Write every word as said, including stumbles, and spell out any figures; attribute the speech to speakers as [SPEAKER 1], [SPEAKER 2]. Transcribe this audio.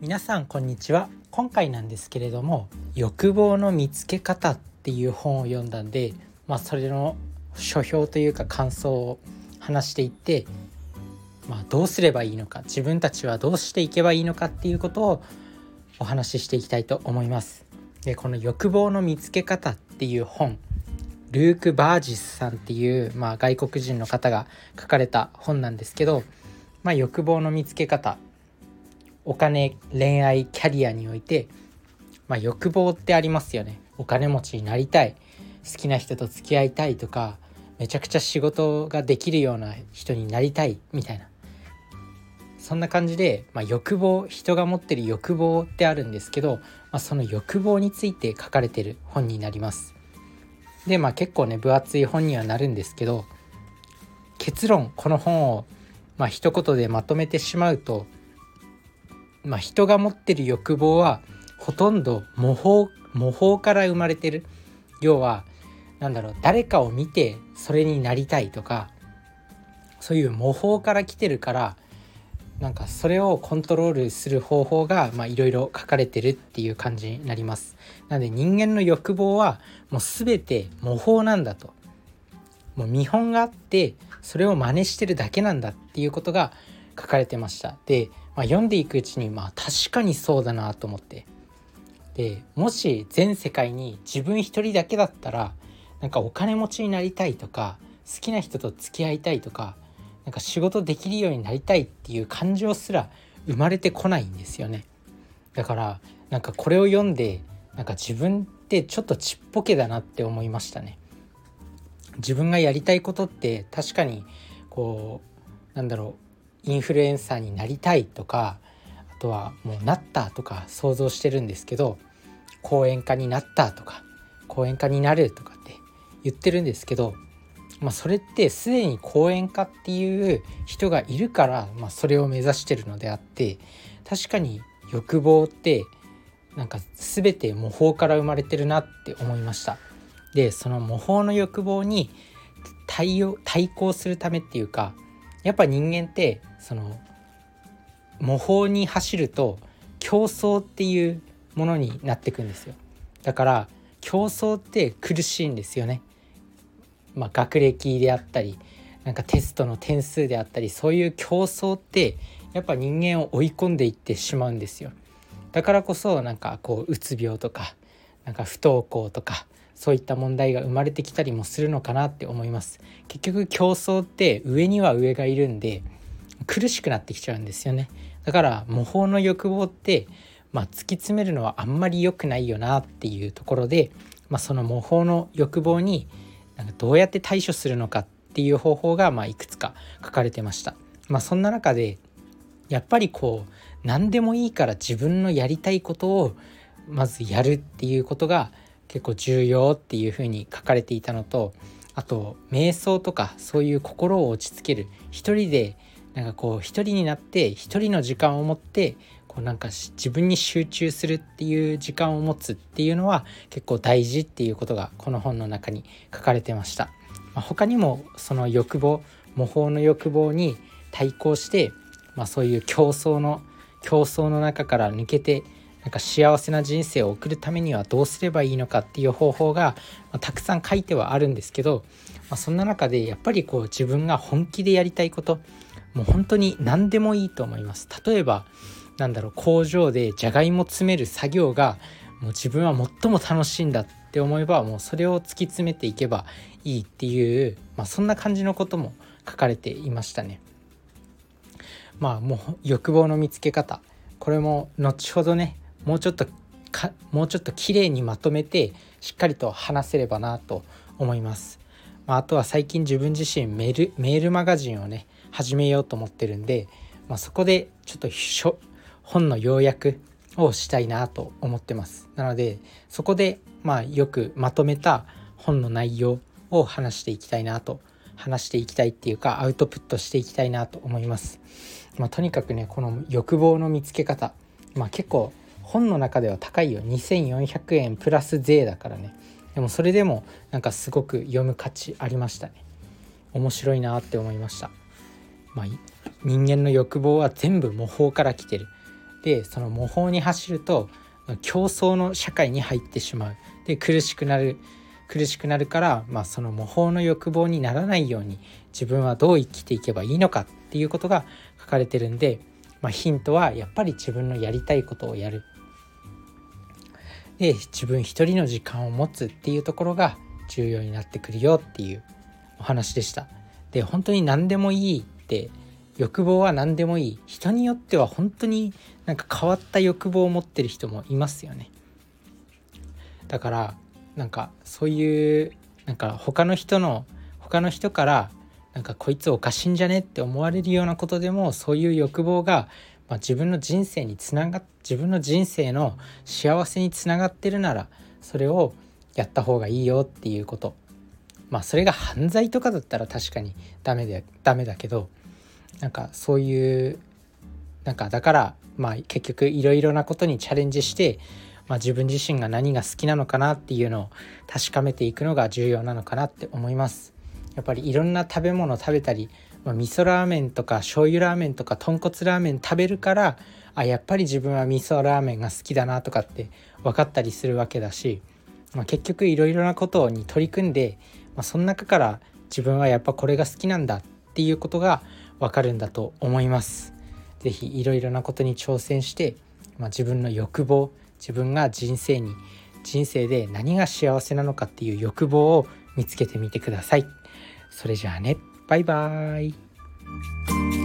[SPEAKER 1] 皆さんこんにちは。今回なんですけれども、欲望の見つけ方っていう本を読んだんで、まあ、それの書評というか感想を話していって、まあ、どうすればいいのか、自分たちはどうしていけばいいのかっていうことをお話ししていきたいと思います。で、この欲望の見つけ方っていう本、ルーク・バージスさんっていう、まあ、外国人の方が書かれた本なんですけど、まあ、欲望の見つけ方、お金、恋愛、キャリアにおいて、まあ、欲望ってありますよね。お金持ちになりたい、好きな人と付き合いたいとか、めちゃくちゃ仕事ができるような人になりたいみたいな、そんな感じで、まあ、欲望、人が持ってる欲望ってあるんですけど、まあ、その欲望について書かれてる本になります。で、まあ結構ね分厚い本にはなるんですけど、結論、この本をまあ一言でまとめてしまうと、まあ、人が持ってる欲望はほとんど模倣模倣から生まれてる。要はなんだろう、誰かを見てそれになりたいとか、そういう模倣から来てるから、なんかそれをコントロールする方法がいろいろ書かれてるっていう感じになります。なので人間の欲望はもう全て模倣なんだと、もう見本があってそれを真似してるだけなんだっていうことが書かれてました。で、まあ、読んでいくうちにまあ確かにそうだなと思って、でもし全世界に自分一人だけだったら、なんかお金持ちになりたいとか、好きな人と付き合いたいとか、なんか仕事できるようになりたいっていう感情すら生まれてこないんですよね。だからなんかこれを読んで、なんか自分ってちょっとちっぽけだなって思いましたね。自分がやりたいことって確かにこうなんだろう、インフルエンサーになりたいとか、あとはもうなったとか想像してるんですけど、講演家になったとか講演家になるとかって言ってるんですけど、まあ、それってすでに講演家っていう人がいるから、まあ、それを目指してるのであって、確かに欲望ってなんか全て模倣から生まれてるなって思いました。で、その模倣の欲望に対応対抗するためっていうか、やっぱ人間ってその模倣に走ると競争っていうものになっていくんですよ。だから競争って苦しいんですよね。まあ、学歴であったり、なんかテストの点数であったり、そういう競争ってやっぱ人間を追い込んでいってしまうんですよ。だからこそなんかこううつ病とか、なんか不登校とか、そういった問題が生まれてきたりもするのかなって思います。結局競争って上には上がいるんで苦しくなってきちゃうんですよね。だから模倣の欲望って、まあ、突き詰めるのはあんまり良くないよなっていうところで、まあ、その模倣の欲望になんかどうやって対処するのかっていう方法がまあいくつか書かれてました。まあ、そんな中でやっぱりこう何でもいいから自分のやりたいことをまずやるっていうことが結構重要っていうふうに書かれていたのと、あと瞑想とかそういう心を落ち着ける、一人でなんかこう一人になって一人の時間を持ってこうなんか自分に集中するっていう時間を持つっていうのは結構大事っていうことがこの本の中に書かれてました。まあ、他にもその欲望、模倣の欲望に対抗して、まあ、そういう競争の競争の中から抜けてなんか幸せな人生を送るためにはどうすればいいのかっていう方法が、まあ、たくさん書いてはあるんですけど、まあ、そんな中でやっぱりこう自分が本気でやりたいこと、もう本当に何でもいいと思います。例えばなんだろう、工場でじゃがいも詰める作業がもう自分は最も楽しいんだって思えば、もうそれを突き詰めていけばいいっていう、まあ、そんな感じのことも書かれていましたね。まあもう欲望の見つけ方、これも後ほどねもうちょっとかもうちょっと綺麗にまとめてしっかりと話せればなと思います。まあ、あとは最近自分自身メールメールマガジンをね始めようと思ってるんで、まあ、そこでちょっと本の要約をしたいなと思ってます。なのでそこでまあよくまとめた本の内容を話していきたいなと話していきたいっていうかアウトプットしていきたいなと思います。まあ、とにかくねこの欲望の見つけ方、まあ、結構本の中では高いよ、にせんよんひゃくえんプラス税だからね。でもそれでもなんかすごく読む価値ありましたね。面白いなって思いました。まあ、人間の欲望は全部模倣から来てる。 でその模倣に走ると競争の社会に入ってしまう。で苦しくなる苦しくなるから、まあ、その模倣の欲望にならないように自分はどう生きていけばいいのかっていうことが書かれてるんで、まあ、ヒントはやっぱり自分のやりたいことをやる。で自分一人の時間を持つっていうところが重要になってくるよっていうお話でした。で本当に何でもいいって、欲望は何でもいい。人によっては本当になんか変わった欲望を持ってる人もいますよね。だからなんかそういうなんか他の人の他の人からなんかこいつおかしいんじゃねって思われるようなことでも、そういう欲望が、まあ、自分の人生につながっ自分の人生の幸せにつながってるならそれをやった方がいいよっていうこと。まあそれが犯罪とかだったら確かにダメでダメだけど、なんかそういうなんかだからまあ結局いろいろなことにチャレンジして、まあ、自分自身が何が好きなのかなっていうのを確かめていくのが重要なのかなって思います。やっぱりいろんな食べ物食べたり、まあ、味噌ラーメンとか醤油ラーメンとか豚骨ラーメン食べるから、あやっぱり自分は味噌ラーメンが好きだなとかって分かったりするわけだし、まあ、結局いろいろなことに取り組んで、まあ、その中から自分はやっぱこれが好きなんだっていうことが分かるんだと思います。ぜひいろいろなことに挑戦して、まあ、自分の欲望、自分が人生に人生で何が幸せなのかっていう欲望を見つけてみてください。それじゃあね、バイバーイ。